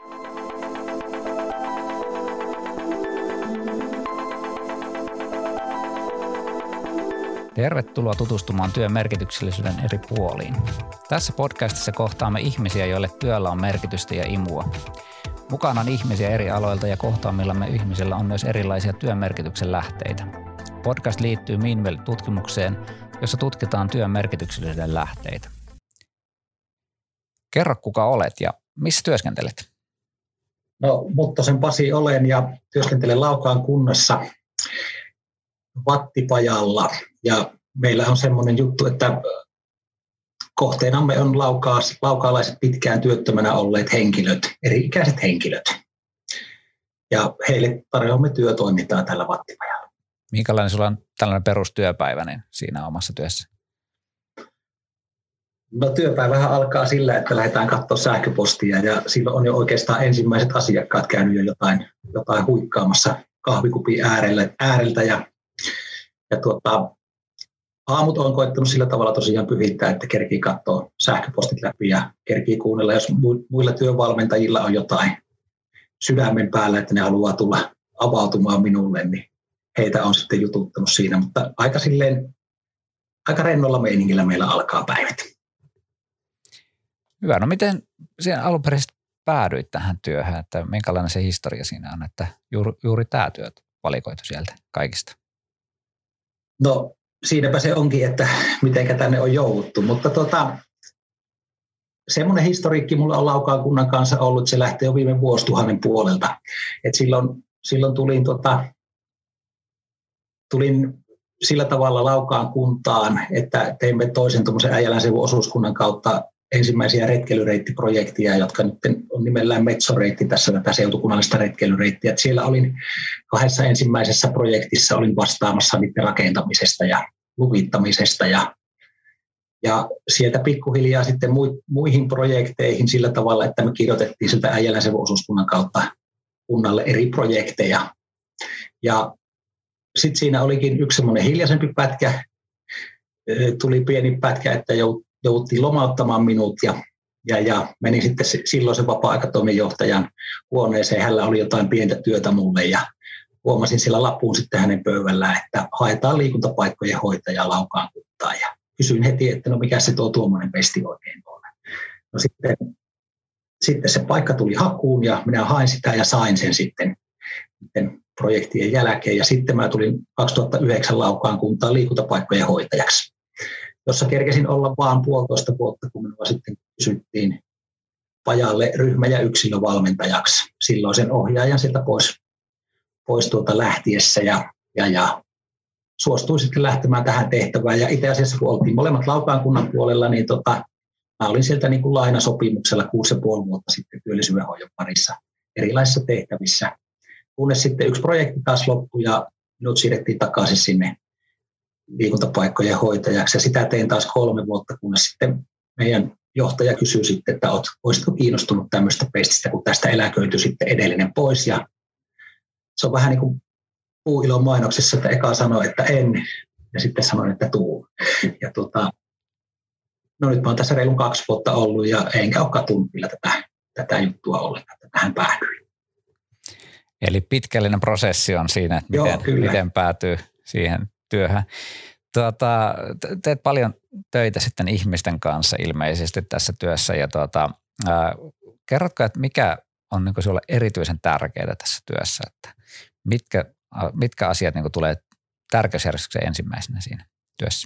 Tervetuloa tutustumaan työn merkityksellisyyden eri puoliin. Tässä podcastissa kohtaamme ihmisiä, joille työllä on merkitystä ja imua. Mukana on ihmisiä eri aloilta ja kohtaamillamme ihmisillä on myös erilaisia työn merkityksen lähteitä. Podcast liittyy Meanwell-tutkimukseen, jossa tutkitaan työn merkityksellisyyden lähteitä. Kerro, kuka olet ja missä työskentelet? No, Muttosen Pasi olen ja työskentelen Laukaan kunnassa Vattipajalla. Ja meillä on semmoinen juttu, että kohteenamme on laukaalaiset pitkään työttömänä olleet henkilöt, eri-ikäiset henkilöt. Ja heille tarjoamme työtoimintaa tällä Vattipajalla. Minkälainen sulla on tällainen perustyöpäivä niin siinä omassa työssä? No työpäivähän alkaa sillä, että lähdetään katsoa sähköpostia ja silloin on jo oikeastaan ensimmäiset asiakkaat käynyt jo jotain huikkaamassa kahvikupin ääreltä ja aamut on koettanut sillä tavalla tosiaan pyhittää, että kerkii katsoa sähköpostit läpi ja kerkii kuunnella, jos muilla työvalmentajilla on jotain sydämen päällä, että ne haluaa tulla avautumaan minulle, niin heitä on sitten jututtanut siinä, mutta aika rennolla meiningillä meillä alkaa päivät. Hyvä. No miten siinä alun perin päädyit tähän työhön, että minkälainen se historia siinä on, että juuri tämä työ valikoitu sieltä kaikista? No siinäpä se onkin, että mitenkä tänne on jouduttu, mutta semmoinen historiikki mulla on Laukaan kunnan kanssa ollut, että se lähtee jo viime vuosituhannen puolelta. Et silloin tulin sillä tavalla Laukaan kuntaan, että teimme toisen tuommoisen Äijälän-Seudun osuuskunnan kautta ensimmäisiä retkeilyreittiprojekteja, jotka nyt on nimellään Metso-reitti tässä tätä seutukunnallista retkeilyreittiä. Et siellä olin 2 ensimmäisessä projektissa olin vastaamassa niiden rakentamisesta ja luvittamisesta ja sieltä pikkuhiljaa sitten muihin projekteihin sillä tavalla, että me kirjoitettiin siltä Äijälän-Seudun osuuskunnan kautta kunnalle eri projekteja. Ja sitten siinä olikin yksi semmoinen hiljaisempi pätkä, tuli pieni pätkä, että jouduttiin lomauttamaan minut ja menin sitten silloisen vapaa-aikatoimenjohtajan huoneeseen. Hänellä oli jotain pientä työtä mulle ja huomasin siellä lapun sitten hänen pöydällään, että haetaan liikuntapaikkojen hoitajaa Laukaan kuntaan. Ja kysyin heti, että no mikä se tuommoinen pesti oikein on. No sitten se paikka tuli hakuun ja minä hain sitä ja sain sen sitten projektien jälkeen. Ja sitten mä tulin 2009 Laukaan kuntaan liikuntapaikkojen hoitajaksi, jossa kerkesin olla vaan 1,5 vuotta, kun minua sitten kysyttiin pajalle ryhmä- ja yksilövalmentajaksi. Silloin sen ohjaajan sieltä pois lähtiessä ja suostuin sitten lähtemään tähän tehtävään. Ja itse asiassa, kun oltiin molemmat Laukaan kunnan puolella, niin mä olin sieltä niin kuin lainasopimuksella 6,5 vuotta sitten työllisyydenhoidon parissa erilaisissa tehtävissä. Kunnes sitten yksi projekti taas loppui ja minut siirrettiin takaisin sinne liikuntapaikkojen hoitajaksi. Ja sitä tein taas 3 vuotta, kunnes sitten meidän johtaja kysyi sitten, että olisitko kiinnostunut tämmöistä pestistä, kun tästä eläköityi sitten edellinen pois. Ja se on vähän niin kuin puuilon mainoksessa, että eka sanoi, että en, ja sitten sanoin, että tuu. Ja no nyt mä oon tässä reilun 2 vuotta ollut, ja enkä ole katunut vielä tätä juttua ollenkaan, että tähän päädyin. Eli pitkällinen prosessi on siinä, että miten päätyy siihen työhön. Teet paljon töitä sitten ihmisten kanssa ilmeisesti tässä työssä, ja kerrotko, että mikä on niin kuin sinulle erityisen tärkeää tässä työssä, että mitkä asiat niin kuin tulee tärkeysjärjestykseen ensimmäisenä siinä työssä?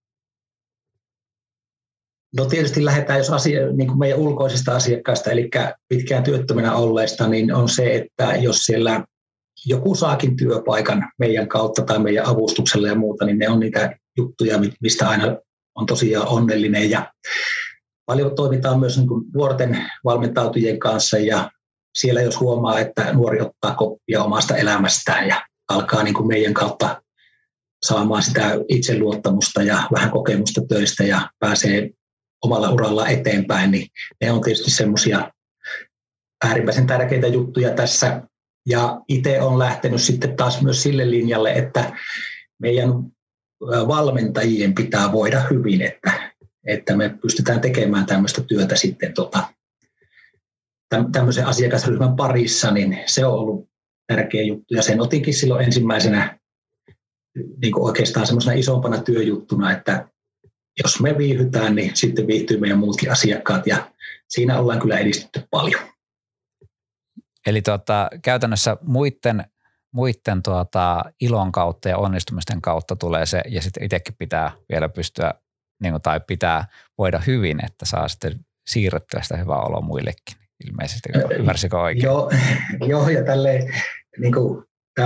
No tietysti lähdetään, jos niin kuin meidän ulkoisista asiakkaista, eli pitkään työttömänä olleista, niin on se, että jos siellä joku saakin työpaikan meidän kautta tai meidän avustuksella ja muuta, niin ne on niitä juttuja, mistä aina on tosiaan onnellinen. Ja paljon toimitaan myös niin kuin nuorten valmentautujien kanssa ja siellä jos huomaa, että nuori ottaa koppia omasta elämästään ja alkaa niin kuin meidän kautta saamaan sitä itseluottamusta ja vähän kokemusta töistä ja pääsee omalla uralla eteenpäin, niin ne on tietysti semmoisia äärimmäisen tärkeitä juttuja tässä. Ja itse olen lähtenyt sitten taas myös sille linjalle, että meidän valmentajien pitää voida hyvin, että me pystytään tekemään tämmöistä työtä sitten tämmöisen asiakasryhmän parissa, niin se on ollut tärkeä juttu. Ja sen otinkin silloin ensimmäisenä niin kuin oikeastaan semmoisena isompana työjuttuna, että jos me viihdytään, niin sitten viihtyy meidän muutkin asiakkaat, ja siinä ollaan kyllä edistytty paljon. Eli käytännössä muiden ilon kautta ja onnistumisten kautta tulee se, ja sitten itsekin pitää vielä pystyä, tai pitää voida hyvin, että saa sitten siirrettyä sitä hyvää oloa muillekin. Ilmeisesti, ymmärsikö oikein? Joo, ja tälleen niin kuin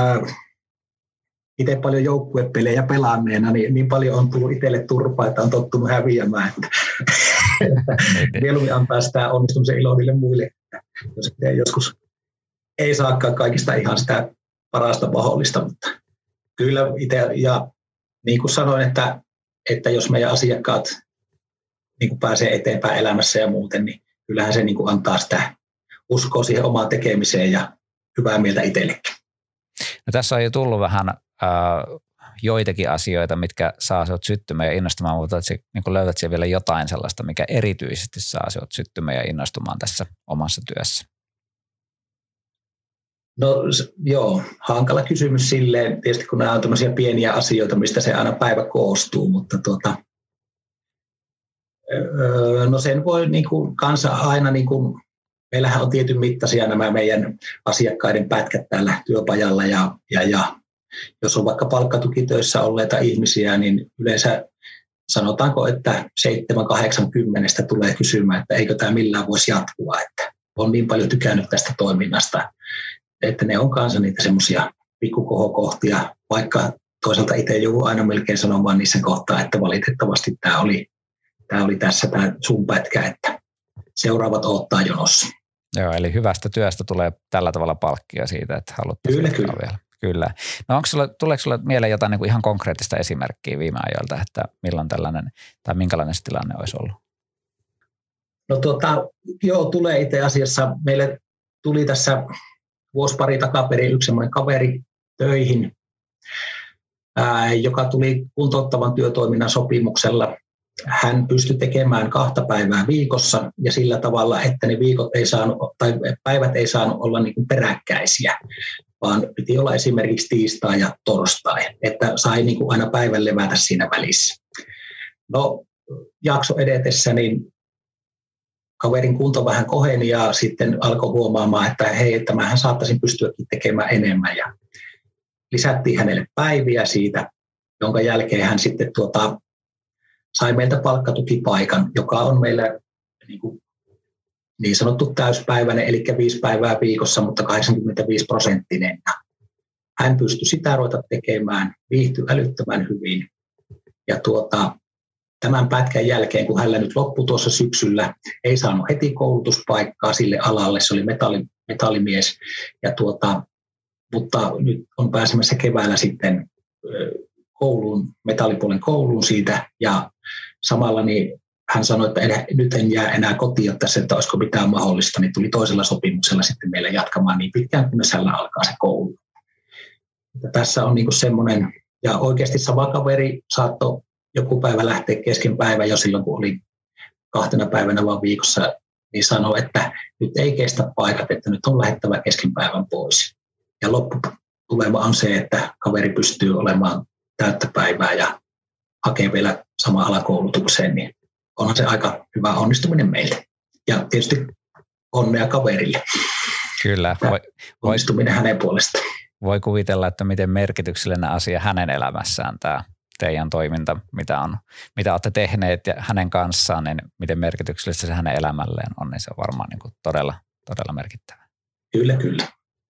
itse paljon joukkuepelejä pelaanneena, niin paljon on tullut itselle turpaa, että on tottunut häviämään. Että mieluummin antaa sitä onnistumisen iloa niille muille, jos joskus ei saakaan kaikista ihan sitä parasta mahdollista, mutta kyllä itse, ja niin kuin sanoin, että jos meidän asiakkaat niin kuin pääsee eteenpäin elämässä ja muuten, niin kyllähän se niin kuin antaa sitä uskoa siihen omaan tekemiseen ja hyvää mieltä itsellekin. No, tässä on jo tullut vähän joitakin asioita, mitkä saa sinut syttymään ja innostumaan, mutta niin löydät siellä vielä jotain sellaista, mikä erityisesti saa sinut syttymään ja innostumaan tässä omassa työssä? No joo, hankala kysymys silleen, tietysti kun nämä on tämmöisiä pieniä asioita, mistä se aina päivä koostuu, mutta no sen voi niin kuin kanssa aina, niin kuin, meillähän on tietyn mittaisia nämä meidän asiakkaiden pätkät täällä työpajalla, ja jos on vaikka palkkatukitöissä olleita ihmisiä, niin yleensä sanotaanko, että 7-8 tulee kysymään, että eikö tämä millään voisi jatkua, että on niin paljon tykännyt tästä toiminnasta, että ne on kanssa niitä semmoisia pikkukohokohtia, vaikka toisaalta itse joudun aina melkein sanomaan niissä kohtaa, että valitettavasti tämä oli tässä tämä sun pätkä, että seuraavat odottaa jonossa. Joo, eli hyvästä työstä tulee tällä tavalla palkkia siitä, että haluttaisiin kyllä. vielä. Kyllä. No tuleeko sinulle mieleen jotain niin kuin ihan konkreettista esimerkkiä viime ajoilta, että milloin tällainen tai minkälainen se tilanne olisi ollut? No joo, tulee itse asiassa. Meille tuli tässä vuosi pari takaperin yksi semmoinen kaveri töihin, joka tuli kuntouttavan työtoiminnan sopimuksella. Hän pystyi tekemään 2 päivää viikossa ja sillä tavalla, että ne päivät ei saanut olla niin kuin peräkkäisiä, vaan piti olla esimerkiksi tiistai ja torstai, että sai niin kuin aina päivän levätä siinä välissä. No, jakso edetessä, niin kaverin kunto vähän koheni ja sitten alkoi huomaamaan, että hei, että mähän saattaisin pystyäkin tekemään enemmän. Ja lisättiin hänelle päiviä siitä, jonka jälkeen hän sitten sai meiltä palkkatukipaikan, joka on meillä niin sanottu täyspäiväinen, eli 5 päivää viikossa, mutta 85%. Hän pystyi sitä ruveta tekemään, viihtyi älyttömän hyvin. Ja tämän pätkän jälkeen, kun hänellä nyt loppui tuossa syksyllä, ei saanut heti koulutuspaikkaa sille alalle, se oli metallimies. Ja mutta nyt on pääsemässä keväällä sitten metallipuolen kouluun siitä, ja samalla niin hän sanoi, että nyt en jää enää kotiin tässä, että olisiko mitään mahdollista, niin tuli toisella sopimuksella sitten meille jatkamaan niin pitkään, kunnes hänellä alkaa se koulu. Ja tässä on niin semmoinen, ja oikeasti sama kaveri saattoi joku päivä lähteä kesken päivän jo silloin, kun oli 2 päivänä vaan viikossa, niin sanoi, että nyt ei kestä paikat, että nyt on lähettävä kesken päivän pois. Ja lopputulema on se, että kaveri pystyy olemaan täyttä päivää ja hakee vielä sama alakoulutukseen, niin onhan se aika hyvä onnistuminen meille. Ja tietysti onnea kaverille. Kyllä. Onnistuminen hänen puolestaan. Voi kuvitella, että miten merkityksellinen asia hänen elämässään tämä teidän toiminta, mitä olette tehneet ja hänen kanssaan, niin miten merkityksellistä se hänen elämälleen on, niin se on varmaan niin kuin todella, todella merkittävä. Kyllä.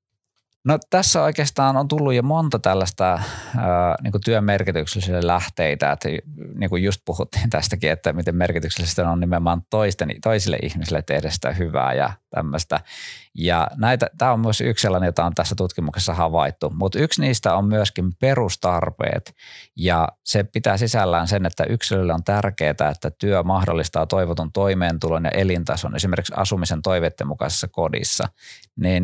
No tässä oikeastaan on tullut jo monta tällaista niin kuin työn merkityksellisiä lähteitä, että niin kuin just puhuttiin tästäkin, että miten merkityksellistä on nimenomaan toisille ihmisille tehdä sitä hyvää ja tämmöistä. Ja tämä on myös yksi sellainen, jota on tässä tutkimuksessa havaittu, mutta yksi niistä on myöskin perustarpeet ja se pitää sisällään sen, että yksilölle on tärkeää, että työ mahdollistaa toivotun toimeentulon ja elintason, esimerkiksi asumisen toiveiden mukaisessa kodissa, niin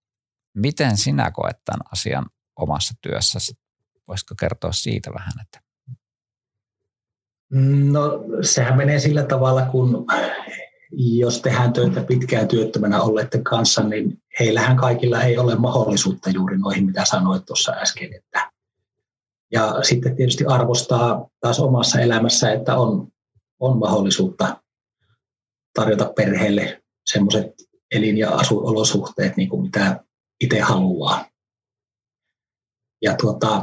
miten sinä koet tämän asian omassa työssäsi? Voisitko kertoa siitä vähän? No sehän menee sillä tavalla, kun jos tehdään töitä pitkään työttömänä olleiden kanssa, niin heillähän kaikilla ei ole mahdollisuutta juuri noihin, mitä sanoit tuossa äsken. Ja sitten tietysti arvostaa taas omassa elämässä, että on mahdollisuutta tarjota perheelle semmoiset elin- ja asuinolosuhteet, niin kuin mitä itse haluaa. Ja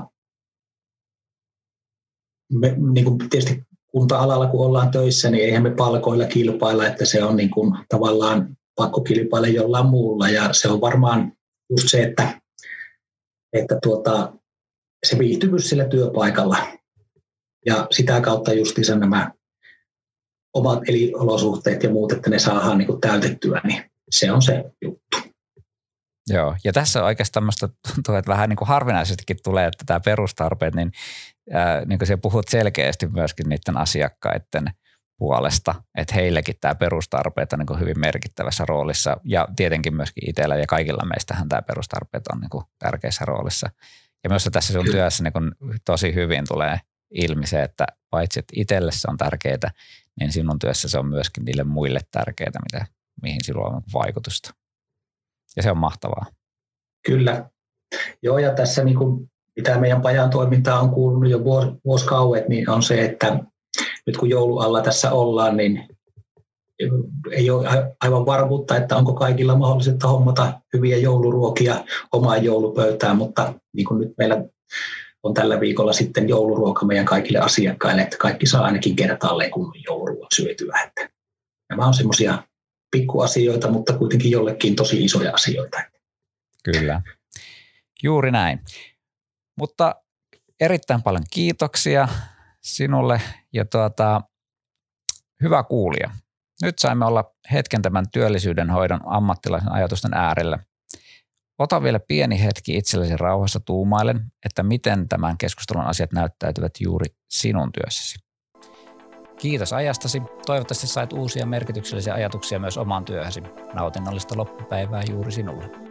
niin kuin tietysti kunta-alalla, kun ollaan töissä, niin eihän me palkoilla kilpailla, että se on niin kuin tavallaan pakko kilpailla jollain muulla. Ja se on varmaan just se, että se viihtyvyys sillä työpaikalla ja sitä kautta justiinsa nämä omat elinolosuhteet ja muut, että ne saadaan niin kuin täytettyä, niin se on se juttu. Joo, ja tässä oikeastaan tämmöistä tuntuu, että vähän niin kuin harvinaisestikin tulee, että tämä perustarpeet, niin kuin sä puhut selkeästi myöskin niiden asiakkaiden puolesta, että heillekin tämä perustarpeet on niin kuin hyvin merkittävässä roolissa ja tietenkin myöskin itsellä ja kaikilla meistähän tämä perustarpeet on niin kuin tärkeässä roolissa. Ja myös tässä sun työssä niin kuin tosi hyvin tulee ilmi se, että paitsi että itselle se on tärkeää, niin sinun työssä se on myöskin niille muille tärkeää, mihin sinulla on vaikutusta. Ja se on mahtavaa. Kyllä. Joo, ja tässä niin kuin, mitä meidän pajan toimintaa on kuulunut jo vuosikauet, niin on se, että nyt kun joulualla tässä ollaan, niin ei ole aivan varmuutta, että onko kaikilla mahdollista hommata hyviä jouluruokia omaan joulupöytään, mutta niin kuin nyt meillä on tällä viikolla sitten jouluruoka meidän kaikille asiakkaille, että kaikki saa ainakin kertaalleen kunnon jouluruoan syötyä. Että nämä on semmoisia pikkuasioita, mutta kuitenkin jollekin tosi isoja asioita. Kyllä, juuri näin. Mutta erittäin paljon kiitoksia sinulle ja hyvä kuulija. Nyt saimme olla hetken tämän työllisyyden hoidon ammattilaisen ajatusten äärellä. Ota vielä pieni hetki itsellesi rauhassa tuumailen, että miten tämän keskustelun asiat näyttäytyvät juuri sinun työssäsi. Kiitos ajastasi. Toivottavasti sait uusia merkityksellisiä ajatuksia myös omaan työhösi. Nautinnollista loppupäivää juuri sinulle.